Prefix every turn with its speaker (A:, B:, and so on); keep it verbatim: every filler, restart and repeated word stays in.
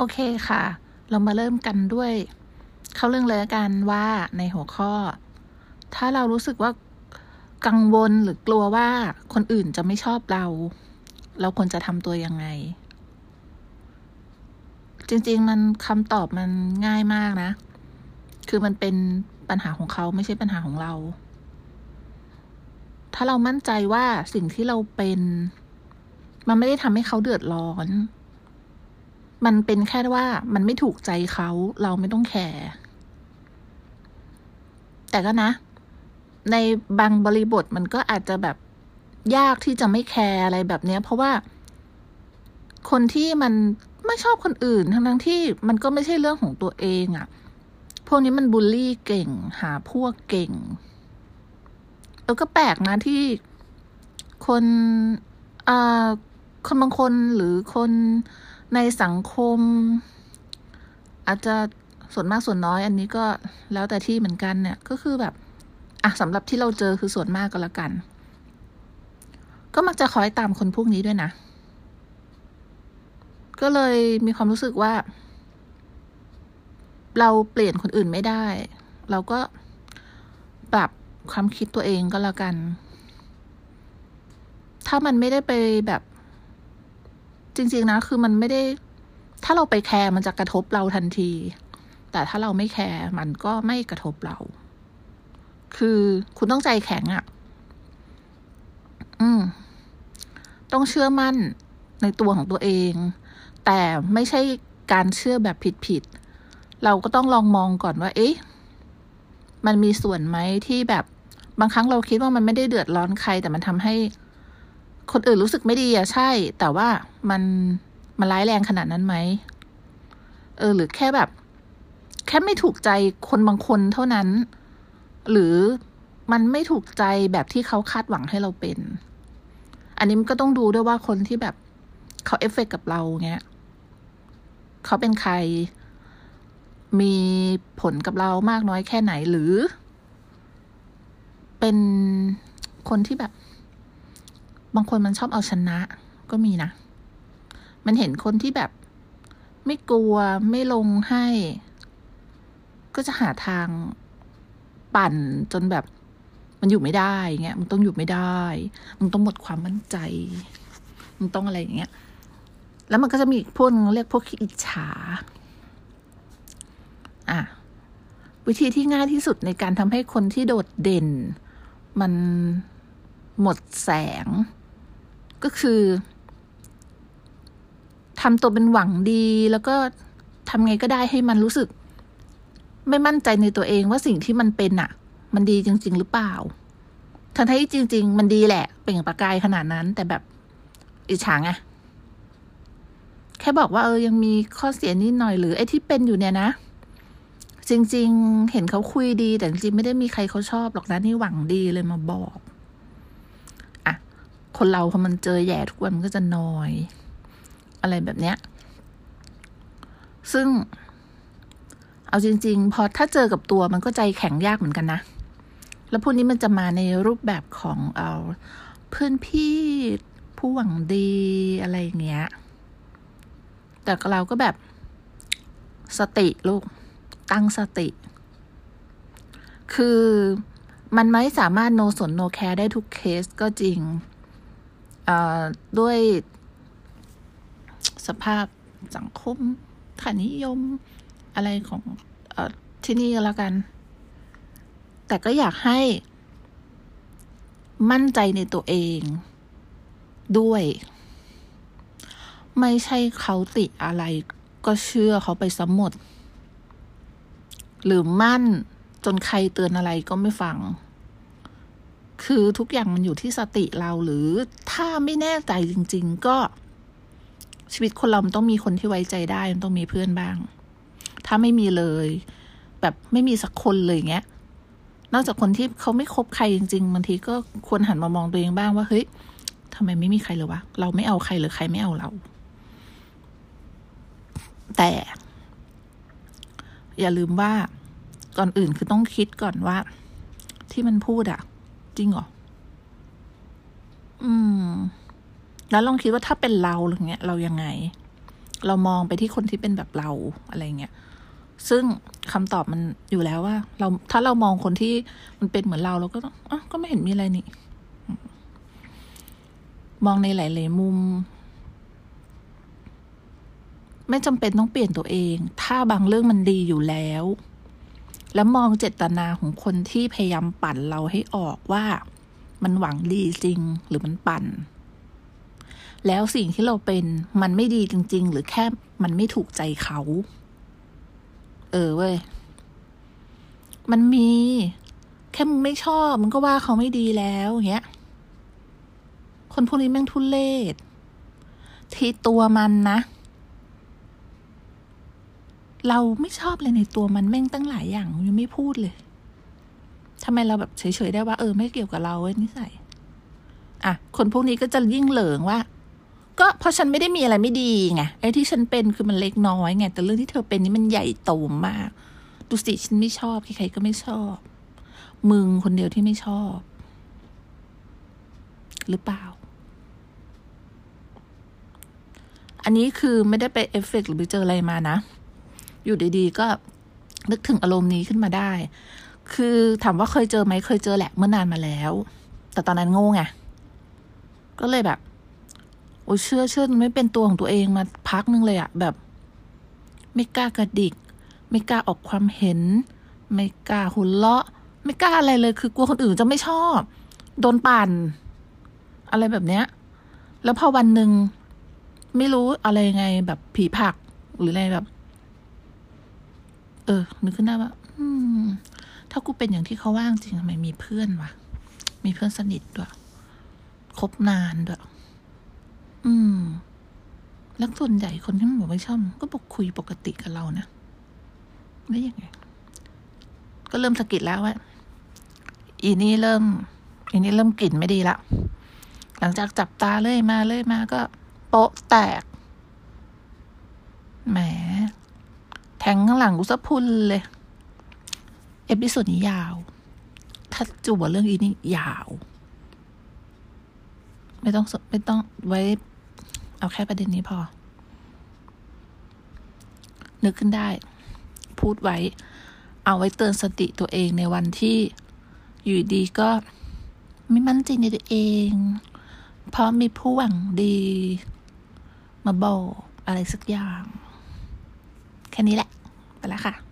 A: โอเคค่ะ เรามาเริ่มกันด้วย เข้าเรื่องเลยกันว่าในหัวข้อ ถ้าเรารู้สึกว่ากังวลหรือกลัวว่าคนอื่นจะไม่ชอบเรา เราควรจะทำตัวยังไง จริงๆมันคำตอบมันง่ายมากนะ คือมันเป็นปัญหาของเขาไม่ใช่ปัญหาของเรา ถ้าเรามั่นใจว่าสิ่งที่เราเป็นมันไม่ได้ทำให้เขาเดือดร้อนมันเป็นแค่ว่ามันไม่ถูกใจเขาเราไม่ต้องแคร์แต่ก็นะในบางบริบทมันก็อาจจะแบบยากที่จะไม่แคร์อะไรแบบนี้เพราะว่าคนที่มันไม่ชอบคนอื่นทั้งๆที่มันก็ไม่ใช่เรื่องของตัวเองอะพวกนี้มันบูลลี่เก่งหาพวกเก่งเออก็แปลกนะที่คนอ่าคนบางคนหรือคนในสังคมอาจจะส่วนมากส่วนน้อยอันนี้ก็แล้วแต่ที่เหมือนกันเนี่ยก็คือแบบอ่ะสำหรับที่เราเจอคือส่วนมากก็แล้วกันก็มักจะคอยตามคนพวกนี้ด้วยนะก็เลยมีความรู้สึกว่าเราเปลี่ยนคนอื่นไม่ได้เราก็ปรับความคิดตัวเองก็แล้วกันถ้ามันไม่ได้ไปแบบจริงๆนะคือมันไม่ได้ถ้าเราไปแคร์มันจะกระทบเราทันทีแต่ถ้าเราไม่แคร์มันก็ไม่กระทบเราคือคุณต้องใจแข็งอ่ะอืมต้องเชื่อมั่นในตัวของตัวเองแต่ไม่ใช่การเชื่อแบบผิดๆเราก็ต้องลองมองก่อนว่าเอ๊ะมันมีส่วนไหมที่แบบบางครั้งเราคิดว่ามันไม่ได้เดือดร้อนใครแต่มันทำให้คนอื่นรู้สึกไม่ดีอะใช่แต่ว่ามันมันร้ายแรงขนาดนั้นไหมเออหรือแค่แบบแค่ไม่ถูกใจคนบางคนเท่านั้นหรือมันไม่ถูกใจแบบที่เขาคาดหวังให้เราเป็นอันนี้มันก็ต้องดูด้วยว่าคนที่แบบเขาเอฟเฟกต์กับเราเงี้ยเขาเป็นใครมีผลกับเรามากน้อยแค่ไหนหรือเป็นคนที่แบบบางคนมันชอบเอาชนะก็มีนะมันเห็นคนที่แบบไม่กลัวไม่ลงให้ก็จะหาทางปั่นจนแบบมันอยู่ไม่ได้เงี้ยมึงต้องอยู่ไม่ได้มึงต้องหมดความมั่นใจมึงต้องอะไรอย่างเงี้ยแล้วมันก็จะมีพวกเรียกพวกอิจฉาอ่ะวิธีที่ง่ายที่สุดในการทำให้คนที่โดดเด่นมันหมดแสงก็คือทำตัวเป็นหวังดีแล้วก็ทำไงก็ได้ให้มันรู้สึกไม่มั่นใจในตัวเองว่าสิ่งที่มันเป็นอ่ะมันดีจริงๆหรือเปล่าทั้งที่จริงๆมันดีแหละเปล่งประกายขนาดนั้นแต่แบบอิจฉาไงแค่บอกว่าเออยังมีข้อเสียนิดหน่อยหรือไอ้ที่เป็นอยู่เนี่ยนะจริงๆเห็นเขาคุยดีแต่จริงๆไม่ได้มีใครเขาชอบหรอกนะนี่หวังดีเลยมาบอกอ่ะคนเราพอมันเจอแย่ทุกวันมันก็จะนอยอะไรแบบเนี้ยซึ่งเอาจริงๆพอถ้าเจอกับตัวมันก็ใจแข็งยากเหมือนกันนะแล้วพวกนี้มันจะมาในรูปแบบของเอาเพื่อนพี่ผู้หวังดีอะไรอย่างเงี้ยแต่เราก็แบบสติลูกตั้งสติคือมันไม่สามารถโนสนโนแคร์ได้ทุกเคสก็จริงด้วยสภาพสังคมค่านิยมอะไรของเอ่อที่นี่แล้วกันแต่ก็อยากให้มั่นใจในตัวเองด้วยไม่ใช่เขาติอะไรก็เชื่อเขาไปซะหมดหรือมั่นจนใครเตือนอะไรก็ไม่ฟังคือทุกอย่างมันอยู่ที่สติเราหรือถ้าไม่แน่ใจจริงๆก็ชีวิตคนเรามันต้องมีคนที่ไว้ใจได้มันต้องมีเพื่อนบ้างถ้าไม่มีเลยแบบไม่มีสักคนเลยเงี้ยนอกจากคนที่เขาไม่คบใครจริงๆบางทีก็ควรหันมามองตัวเองบ้างว่าเฮ้ยทำไมไม่มีใครเลยวะเราไม่เอาใครหรือใครไม่เอาเราแต่อย่าลืมว่าก่อนอื่นคือต้องคิดก่อนว่าที่มันพูดอะจริงเหรออืมแล้วลองคิดว่าถ้าเป็นเราอย่างเงี้ยเรายังไงเรามองไปที่คนที่เป็นแบบเราอะไรเงี้ยซึ่งคำตอบมันอยู่แล้วว่าเราถ้าเรามองคนที่มันเป็นเหมือนเราเราก็ต้องอ๋อก็ไม่เห็นมีอะไรนี่มองในหลายๆมุมไม่จำเป็นต้องเปลี่ยนตัวเองถ้าบางเรื่องมันดีอยู่แล้วแล้วมองเจตนาของคนที่พยายามปั่นเราให้ออกว่ามันหวังดีจริงหรือมันปั่นแล้วสิ่งที่เราเป็นมันไม่ดีจริงๆหรือแค่มันไม่ถูกใจเขาเออเว้ยมันมีแค่มึงไม่ชอบมึงก็ว่าเขาไม่ดีแล้วอย่างเงี้ยคนพวกนี้แม่งทุเรศที่ตัวมันนะเราไม่ชอบเลยในตัวมันแม่งตั้งหลายอย่างยังไม่พูดเลยทำไมเราแบบเฉยๆได้ว่าเออไม่เกี่ยวกับเราเว้ยนิสัยอ่ะคนพวกนี้ก็จะยิ่งเหลิงว่าก็เพราะฉันไม่ได้มีอะไรไม่ดีไงไอ้ที่ฉันเป็นคือมันเล็กน้อยไงแต่เรื่องที่เธอเป็นนี่มันใหญ่โตมากดูสิฉันไม่ชอบใครๆก็ไม่ชอบมึงคนเดียวที่ไม่ชอบหรือเปล่าอันนี้คือไม่ได้ไปเอฟเฟกต์หรือไปเจออะไรมานะอยู่ดีๆก็นึกถึงอารมณ์นี้ขึ้นมาได้คือถามว่าเคยเจอไหมเคยเจอแหละเมื่อนานมาแล้วแต่ตอนนั้นโง่ไงก็เลยแบบโอ้เชื่อเชื่อไม่เป็นตัวของตัวเองมาพักนึงเลยอะแบบไม่กล้ากระดิกไม่กล้าออกความเห็นไม่กล้าหัวเราะไม่กล้าอะไรเลยคือกลัวคนอื่นจะไม่ชอบโดนปั่นอะไรแบบเนี้ยแล้วพอวันหนึ่งไม่รู้อะไรไงแบบผีผลักหรืออะไรแบบเออนึกขึ้นได้ว่าอืมถ้ากูเป็นอย่างที่เขาว่าจริงทำไมมีเพื่อนวะมีเพื่อนสนิทด้วยคบนานด้วยอืมแล้วส่วนใหญ่คนที่มันบอกไม่ชอบก็บอกคุยปกติกับเรานะไม่ยังไงก็เริ่มสะกิดแล้วว่าอีนี่เริ่มอีนี่เริ่มกลิ่นไม่ดีละหลังจากจับตาเลยมาเลยมาก็โป๊ะแตกแหมแทงข้างหลังกูซะพุนเลยเอพิโซดนี้ยาวถ้าจูบเรื่องอีนี่ยาวไม่ต้องไม่ต้องไว้เอาแค่ประเด็นนี้พอนึกขึ้นได้พูดไว้เอาไว้เตือนสติตัวเองในวันที่อยู่ดีก็ไม่มั่นใจในตัวเองเพราะมีผู้หวังดีมาบอกอะไรสักอย่างแค่นี้แหละไปแล้วค่ะ